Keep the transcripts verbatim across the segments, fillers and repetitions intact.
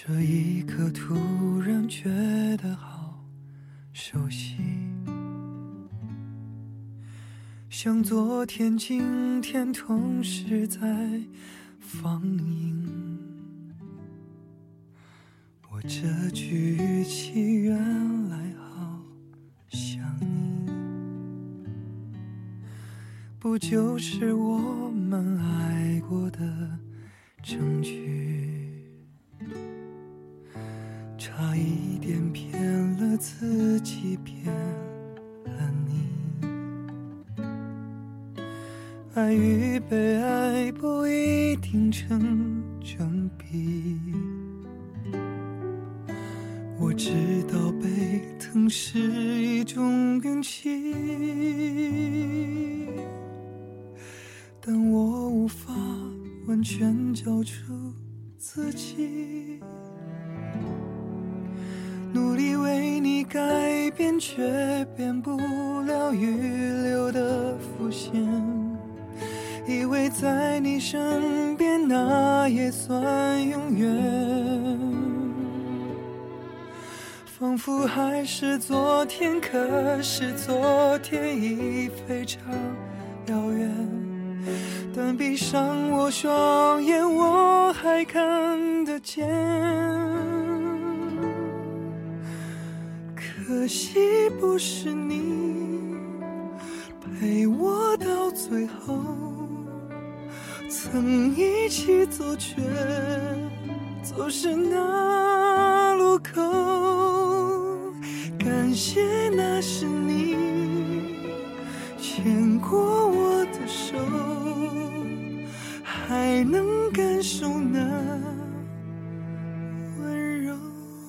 这一刻突然觉得好熟悉，像昨天今天同时在放映。我这句语气原来好像你，不就是我们爱过的证据？差一点骗了自己，骗了你。爱与被爱不一定成正比，我知道被疼是一种运气，但我无法完全交出自己。努力为你改变，却变不了预留的伏线，以为在你身边那也算永远，仿佛还是昨天，可是昨天已非常遥远，但闭上我双眼，我还看得见。可惜不是你陪我到最后，曾一起走却走失那路口。感谢那是你牵过我的手，还能感受那温柔。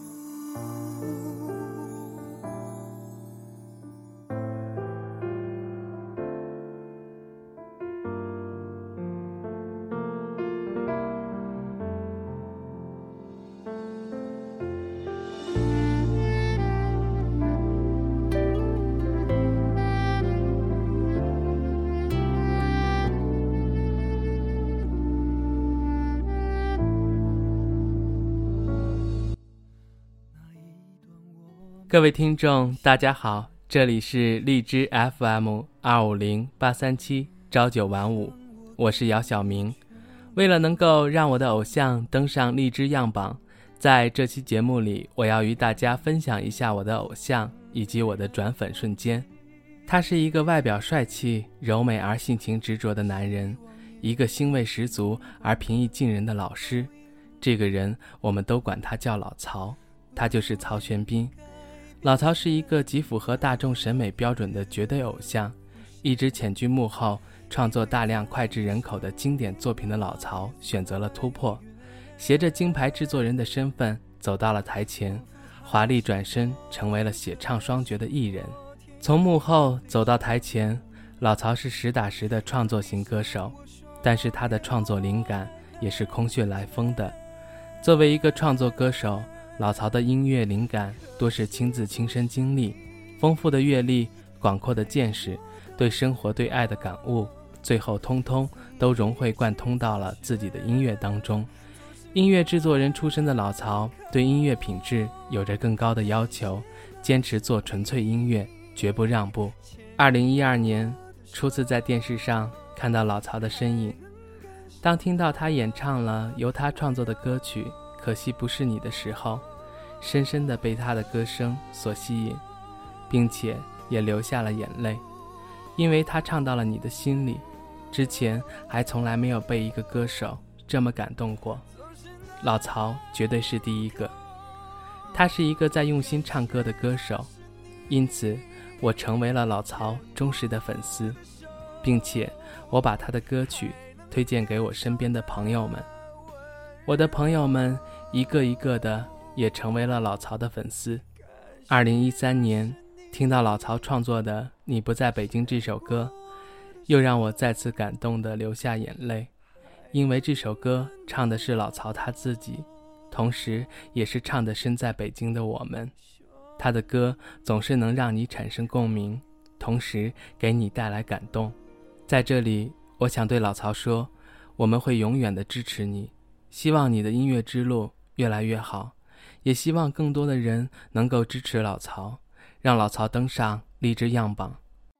各位听众大家好，这里是荔枝 F M 二五零八三七朝九晚五，我是姚晓明。为了能够让我的偶像登上荔枝样榜，在这期节目里我要与大家分享一下我的偶像以及我的转粉瞬间。他是一个外表帅气柔美而性情执着的男人，一个腥味十足而平易近人的老师。这个人我们都管他叫老曹，他就是曹轩宾。老曹是一个极符合大众审美标准的绝对偶像，一直潜居幕后创作大量脍炙人口的经典作品的老曹选择了突破，携着金牌制作人的身份走到了台前，华丽转身成为了写唱双绝的艺人。从幕后走到台前，老曹是实打实的创作型歌手，但是他的创作灵感也是空穴来风的。作为一个创作歌手，老曹的音乐灵感多是亲自亲身经历，丰富的阅历，广阔的见识，对生活对爱的感悟，最后通通都融会贯通到了自己的音乐当中。音乐制作人出身的老曹对音乐品质有着更高的要求，坚持做纯粹音乐，绝不让步。二零一二年初次在电视上看到老曹的身影，当听到他演唱了由他创作的歌曲《可惜不是你》的时候，深深地被他的歌声所吸引，并且也流下了眼泪，因为他唱到了你的心里，之前还从来没有被一个歌手这么感动过。老曹绝对是第一个，他是一个在用心唱歌的歌手，因此我成为了老曹忠实的粉丝，并且我把他的歌曲推荐给我身边的朋友们。我的朋友们一个一个的也成为了老曹的粉丝。二零一三年听到老曹创作的《你不在北京》这首歌，又让我再次感动地流下眼泪，因为这首歌唱的是老曹他自己，同时也是唱的身在北京的我们。他的歌总是能让你产生共鸣，同时给你带来感动。在这里我想对老曹说，我们会永远地支持你，希望你的音乐之路越来越好，也希望更多的人能够支持老曹，让老曹登上励志样榜。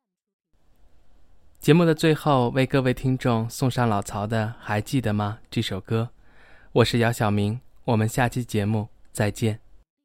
节目的最后，为各位听众送上老曹的《还记得吗》这首歌。我是姚晓明，我们下期节目再见。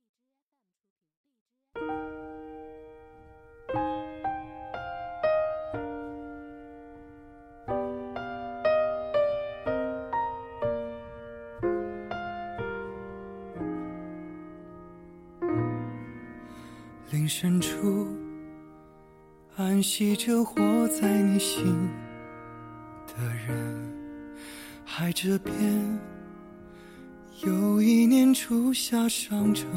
林深处安息着活在你心的人，海这边有一年初夏上城，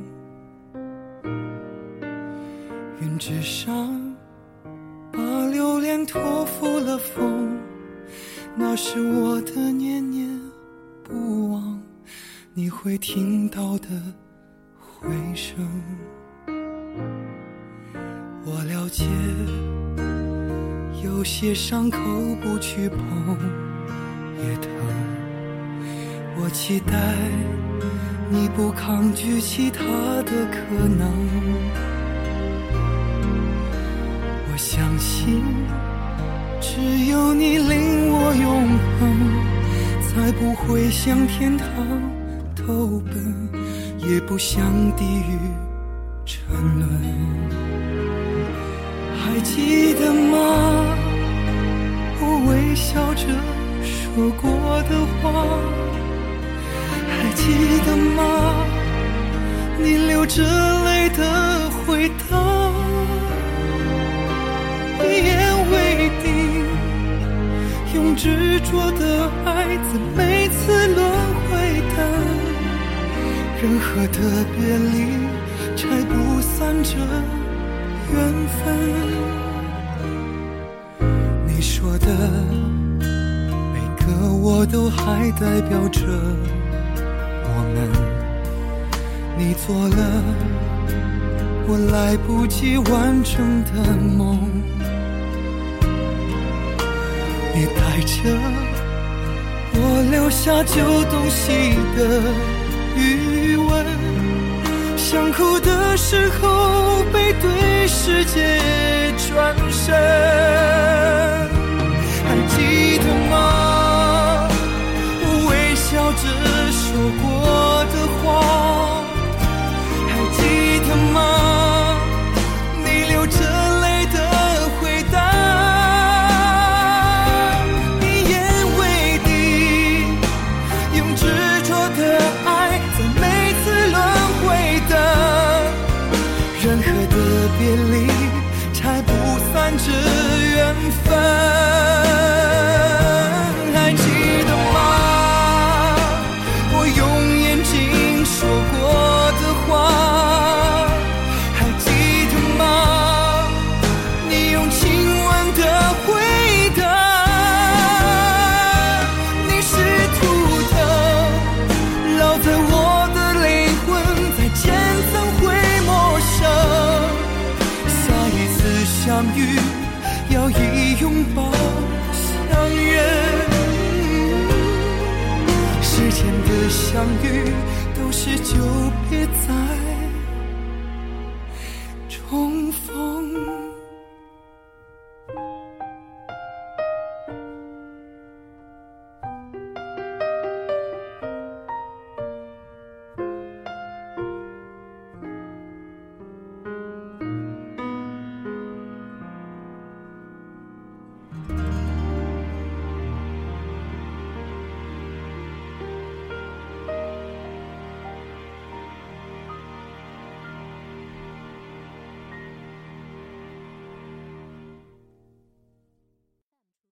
云之上把流连托付了风，那是我的念念不忘，你会听到的回声。我了解有些伤口不去碰也疼，我期待你不抗拒其他的可能，我相信只有你领我永恒，才不会向天堂投奔，也不向地狱沉沦。还记得吗？我微笑着说过的话，还记得吗？你流着泪的回答，一言为定，用执着的爱在每次轮回的任何的别离，拆不散这缘分。你说的每个我都还代表着我们，你做了我来不及完成的梦，你带着我留下旧东西的余温，想哭的时候背对世界转身。还记得吗？我微笑着说过的话，还记得吗？你流着泪的回答，一言为定，用执着的爱在每次轮回的任何的别离，拆不散这缘分。还记得吗？我用眼睛说过的话，还记得吗？你用亲吻的回答，你试图的烙在我的灵魂，在渐层会陌生，下一次相遇要以拥抱相约，世间的相遇都是久别再